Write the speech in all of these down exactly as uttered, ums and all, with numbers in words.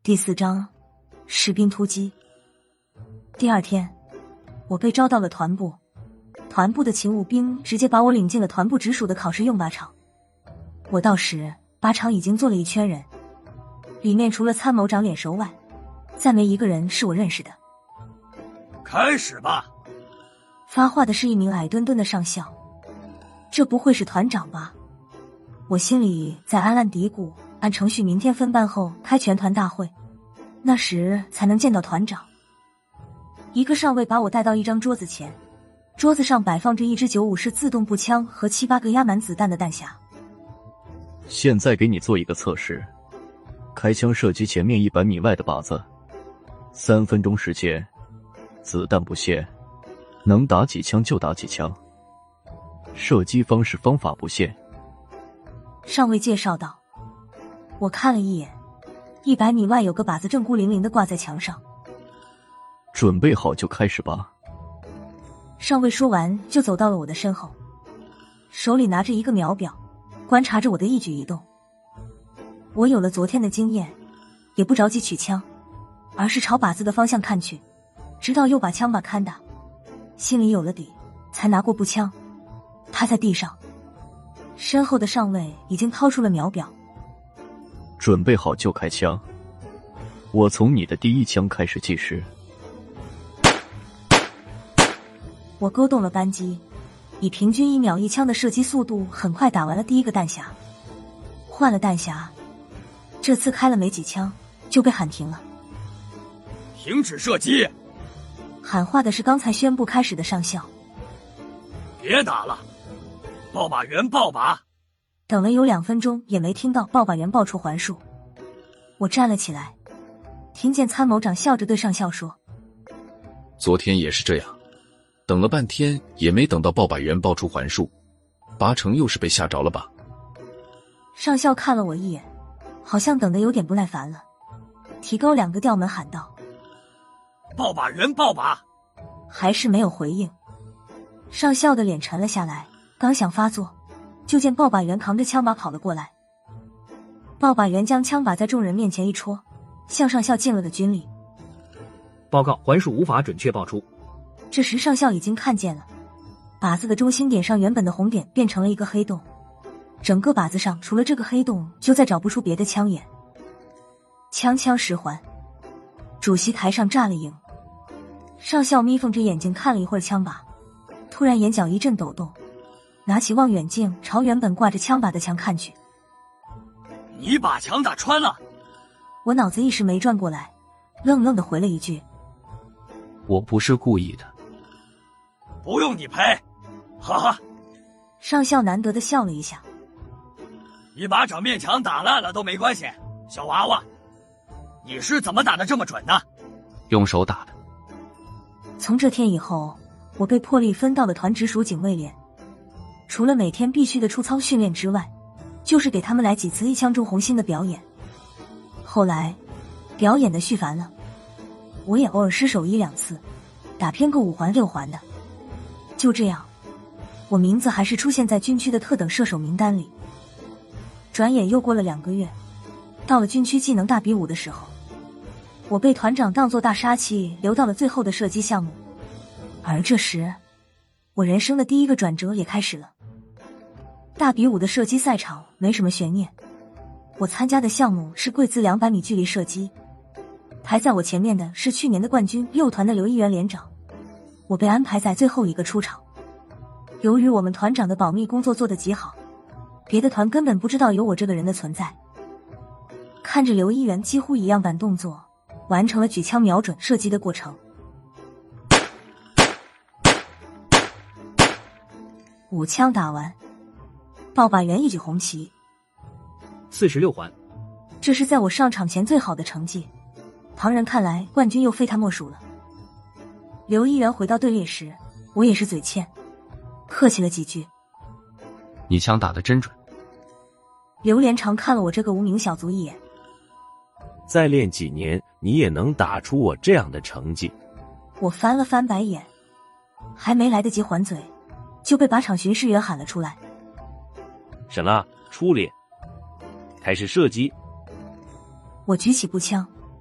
第四章，士兵突击。第二天，我被招到了团部，团部的勤务兵直接把我领进了团部直属的考试用靶场。我到时，靶场已经坐了一圈人，里面除了参谋长脸熟外，再没一个人是我认识的。 开始吧。 发话的是一名矮墩墩的上校，这不会是团长吧？我心里在暗暗嘀咕，按程序明天分班后开全团大会，那时才能见到团长。一个上尉把我带到一张桌子前，桌子上摆放着一支九五式自动步枪和七八个压满子弹的弹匣。 现在给你做一个测试，开枪射击前面一百米外的靶子，三分钟时间，子弹不限，能打几枪就打几枪，射击方式方法不限。 上尉介绍道。我看了一眼，一百米外有个靶子正孤零零地挂在墙上。 准备好就开始吧。 上尉说完就走到了我的身后，手里拿着一个秒表，观察着我的一举一动。我有了昨天的经验，也不着急取枪，而是朝靶子的方向看去，直到又把枪把看打，心里有了底，才拿过步枪，趴在地上。身后的上尉已经掏出了秒表。 准备好就开枪，我从你的第一枪开始计时。 我勾动了扳机，以平均一秒一枪的射击速度，很快打完了第一个弹匣。换了弹匣，这次开了没几枪就被喊停了。 停止射击！ 喊话的是刚才宣布开始的上校。 别打了，报靶员报靶。 等了有两分钟也没听到报靶员报出环数。我站了起来，听见参谋长笑着对上校说： 昨天也是这样，等了半天也没等到报靶员报出环数，八成又是被吓着了吧。 上校看了我一眼，好像等得有点不耐烦了，提高两个调门喊道： 报靶员报靶。 还是没有回应。上校的脸沉了下来，刚想发作，就见报靶员扛着枪把跑了过来。报靶员将枪把在众人面前一戳，向上校敬了个军礼。 报告，环数无法准确报出。 这时上校已经看见了，靶子的中心点上原本的红点变成了一个黑洞，整个靶子上除了这个黑洞就再找不出别的枪眼。枪枪十环，主席台上炸了营。上校眯缝着眼睛看了一会儿枪靶，突然眼角一阵抖动，拿起望远镜朝原本挂着枪靶的墙看去。 你把墙打穿了！ 我脑子一时没转过来，愣愣地回了一句： 我不是故意的。 不用你赔，哈哈。 上校难得地笑了一下。 你把整面墙打烂了都没关系，小娃娃，你是怎么打得这么准的？ 用手打的。 从这天以后，我被破例分到了团直属警卫连，除了每天必须的出操训练之外，就是给他们来几次一枪中红心的表演。后来表演的续烦了，我也偶尔失手一两次，打偏个五环六环的。就这样，我名字还是出现在军区的特等射手名单里。转眼又过了两个月，到了军区技能大比武的时候，我被团长当作大杀器留到了最后的射击项目。而这时，我人生的第一个转折也开始了。大比武的射击赛场没什么悬念，我参加的项目是贵兹两百米距离射击，排在我前面的是去年的冠军六团的刘一元连长，我被安排在最后一个出场。由于我们团长的保密工作做得极好，别的团根本不知道有我这个人的存在。看着刘一元几乎一样板动作完成了举枪瞄准射击的过程，五枪打完，报靶员一举红旗。 四十六环， 这是在我上场前最好的成绩，旁人看来冠军又非他莫属了。刘一元回到队列时，我也是嘴欠，客气了几句。 你枪打得真准。 刘连长看了我这个无名小卒一眼。 再练几年，你也能打出我这样的成绩。 我翻了翻白眼，还没来得及还嘴，就被靶场巡视员喊了出来。 沈了，出列，开始射击。 我举起步枪，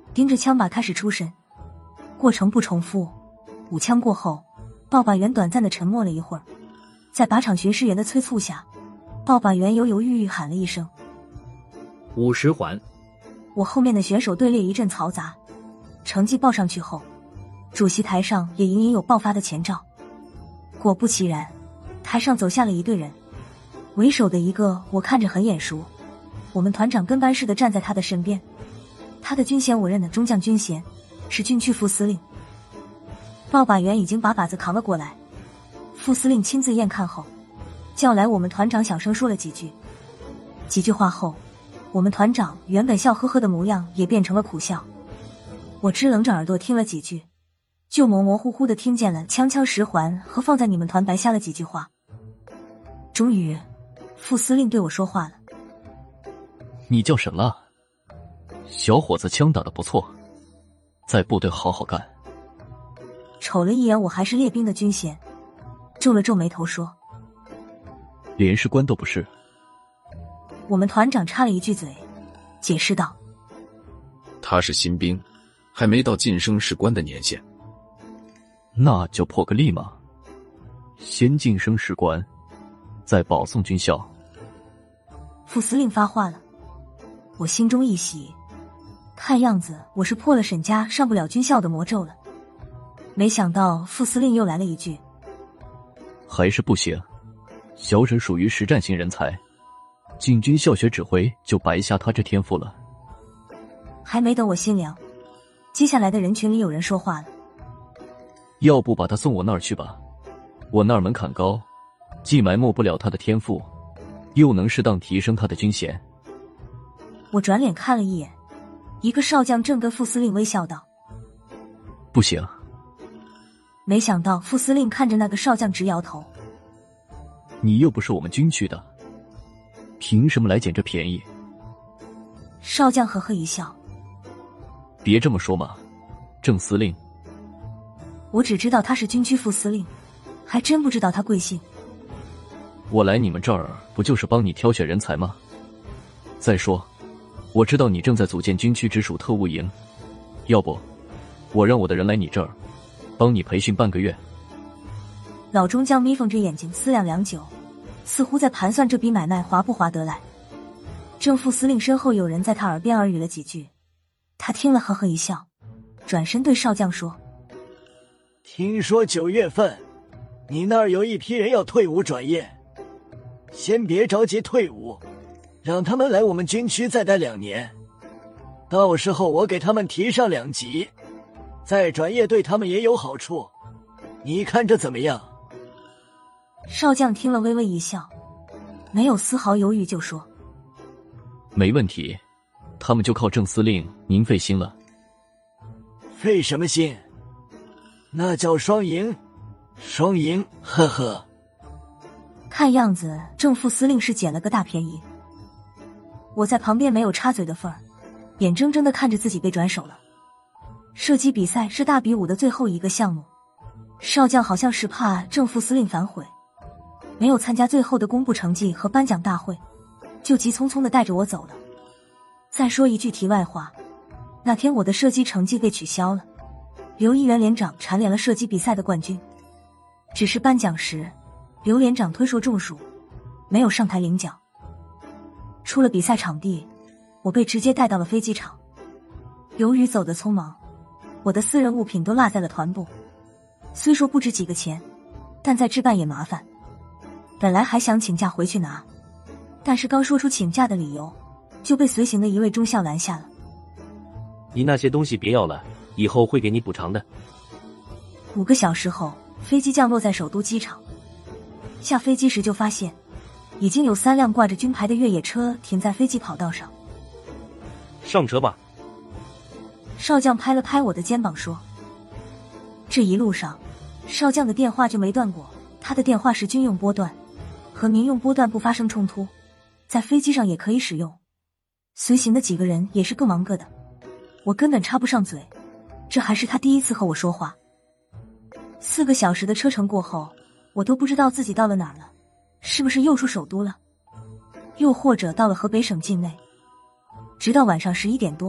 盯着枪靶开始出神。过程不重复，五枪过后，报靶员短暂的沉默了一会儿，在靶场巡视员的催促下，报靶员犹犹豫豫喊了一声五十环。 我后面的选手队列一阵嘈杂，成绩报上去后，主席台上也隐隐有爆发的前兆。果不其然，台上走下了一队人，为首的一个我看着很眼熟，我们团长跟班似的站在他的身边，他的军衔我认得，中将军衔，是军区副司令。报靶员已经把靶子扛了过来，副司令亲自验看后，叫来我们团长小声说了几句。几句话后，我们团长原本笑呵呵的模样也变成了苦笑。我支棱着耳朵听了几句，就模模糊糊的听见了锵锵十环和放在你们团白瞎了几句话。终于，副司令对我说话了： 你叫沈了？小伙子枪打得不错，在部队好好干。 瞅了一眼我还是列兵的军衔，皱了皱眉头说： 连士官都不是。 我们团长插了一句嘴，解释道： 他是新兵，还没到晋升士官的年限。 那就破个例嘛，先晋升士官，再保送军校。 副司令发话了，我心中一喜，看样子我是破了沈家上不了军校的魔咒了。没想到副司令又来了一句： 还是不行，小沈属于实战型人才，进军校学指挥就白瞎他这天赋了。 还没等我心凉，接下来的人群里有人说话了： 要不把他送我那儿去吧，我那儿门槛高，既埋没不了他的天赋，又能适当提升他的军衔。 我转脸看了一眼，一个少将正跟副司令微笑道： 不行。 没想到副司令看着那个少将直摇头： 你又不是我们军区的，凭什么来捡这便宜？ 少将呵呵一笑： 别这么说嘛，郑司令。 我只知道他是军区副司令，还真不知道他贵姓。 我来你们这儿不就是帮你挑选人才吗？再说，我知道你正在组建军区直属特务营，要不，我让我的人来你这儿，帮你培训半个月。 老中将眯缝着眼睛思量良久，似乎在盘算这笔买卖划不划得来。正副司令身后有人在他耳边耳语了几句，他听了呵呵一笑，转身对少将说： 听说九月份你那儿有一批人要退伍转业，先别着急退伍，让他们来我们军区再待两年，到时候我给他们提上两级，再转业对他们也有好处，你看这怎么样？ 少将听了微微一笑，没有丝毫犹豫就说： 没问题，他们就靠郑司令您费心了。 费什么心？那叫双赢，双赢，呵呵。 看样子郑副司令是捡了个大便宜。我在旁边没有插嘴的份儿，眼睁睁地看着自己被转手了。射击比赛是大比武的最后一个项目，少将好像是怕郑副司令反悔，没有参加最后的公布成绩和颁奖大会，就急匆匆地带着我走了。再说一句题外话，那天我的射击成绩被取消了，刘一元连长蝉联了射击比赛的冠军，只是颁奖时刘连长推说中暑，没有上台领奖。出了比赛场地，我被直接带到了飞机场。由于走得匆忙，我的私人物品都落在了团部，虽说不值几个钱，但在置办也麻烦。本来还想请假回去拿，但是刚说出请假的理由，就被随行的一位中校拦下了。 你那些东西别要了，以后会给你补偿的。 五个小时后，飞机降落在首都机场。下飞机时就发现，已经有三辆挂着军牌的越野车停在飞机跑道上。 上车吧。 少将拍了拍我的肩膀说：这一路上，少将的电话就没断过，他的电话是军用波段，和民用波段不发生冲突，在飞机上也可以使用。随行的几个人也是各忙各的，我根本插不上嘴，这还是他第一次和我说话。四个小时的车程过后，我都不知道自己到了哪儿了，是不是又出首都了，又或者到了河北省境内。直到晚上十一点多，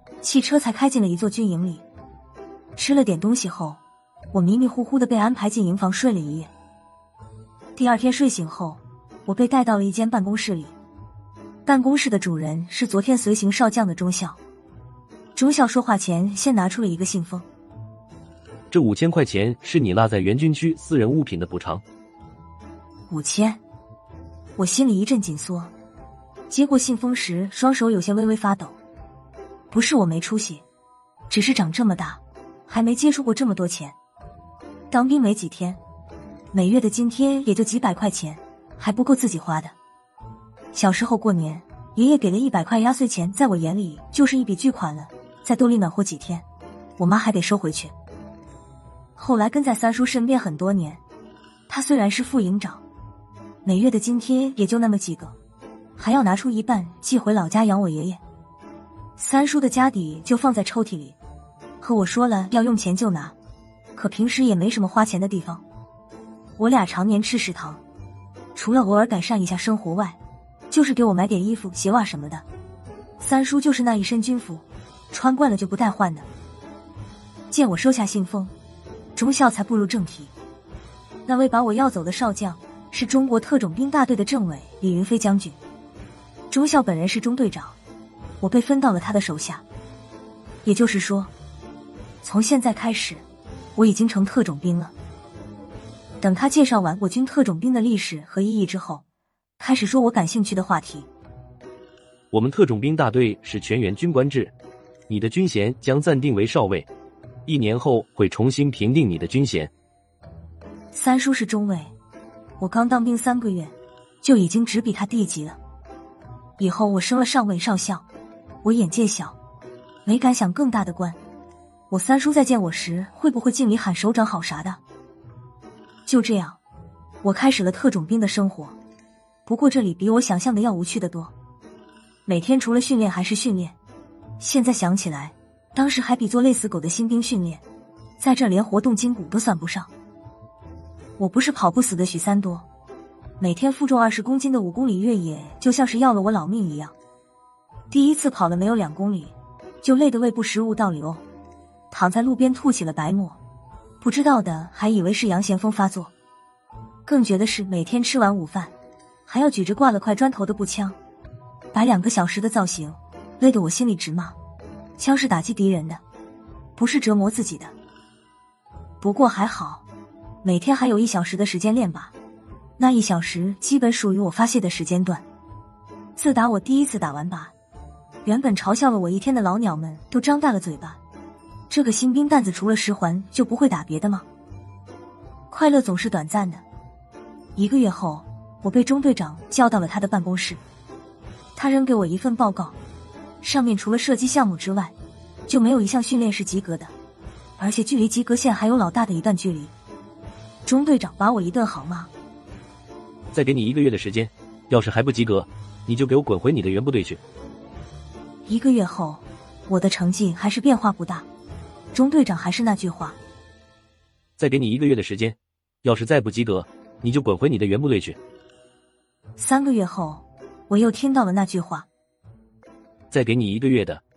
汽车才开进了一座军营里。吃了点东西后，我迷迷糊糊的被安排进营房睡了一夜。第二天睡醒后，我被带到了一间办公室里。办公室的主人是昨天随行少将的中校。中校说话前先拿出了一个信封。 这五千块钱是你落在原军区私人物品的补偿。 五千，我心里一阵紧缩。接过信封时，双手有些微微发抖。不是我没出息，只是长这么大，还没接触过这么多钱。当兵没几天，每月的津贴也就几百块钱，还不够自己花的。小时候过年，爷爷给了一百块压岁钱，在我眼里就是一笔巨款了，在兜里暖和几天，我妈还得收回去。后来跟在三叔身边很多年，他虽然是副营长，每月的津贴也就那么几个，还要拿出一半寄回老家养我爷爷。三叔的家底就放在抽屉里，和我说了要用钱就拿，可平时也没什么花钱的地方。我俩常年吃食堂，除了偶尔改善一下生活外，就是给我买点衣服鞋袜什么的。三叔就是那一身军服，穿惯了就不带换的。见我收下信封，中校才步入正题。那位把我要走的少将是中国特种兵大队的政委李云飞将军，中校本人是中队长，我被分到了他的手下。也就是说，从现在开始，我已经成特种兵了。等他介绍完我军特种兵的历史和意义之后，开始说我感兴趣的话题。 我们特种兵大队是全员军官制，你的军衔将暂定为少尉，一年后会重新评定你的军衔。 三叔是中尉，我刚当兵三个月，就已经只比他低一级了。以后我升了上尉少校，我眼界小，没敢想更大的官。我三叔再见我时，会不会敬礼喊首长好啥的？就这样，我开始了特种兵的生活。不过这里比我想象的要无趣得多，每天除了训练还是训练。现在想起来，当时还比做累死狗的新兵训练，在这连活动筋骨都算不上。我不是跑不死的许三多，每天负重二十公斤的五公里越野就像是要了我老命一样。第一次跑了没有两公里，就累得胃部食物倒流，躺在路边吐起了白沫，不知道的还以为是羊咸丰发作。更绝的是，每天吃完午饭还要举着挂了块砖头的步枪，摆两个小时的造型，累得我心里直骂，枪是打击敌人的，不是折磨自己的。不过还好，每天还有一小时的时间练靶，那一小时基本属于我发泄的时间段。自打我第一次打完靶，原本嘲笑了我一天的老鸟们都张大了嘴巴，这个新兵蛋子除了十环就不会打别的吗？快乐总是短暂的。一个月后，我被中队长叫到了他的办公室，他扔给我一份报告，上面除了射击项目之外，就没有一项训练是及格的，而且距离及格线还有老大的一段距离。中队长把我一顿好骂， 再给你一个月的时间，要是还不及格，你就给我滚回你的原部队去。 一个月后，我的成绩还是变化不大，中队长还是那句话， 再给你一个月的时间，要是再不及格，你就滚回你的原部队去。 三个月后，我又听到了那句话， 再给你一个月的，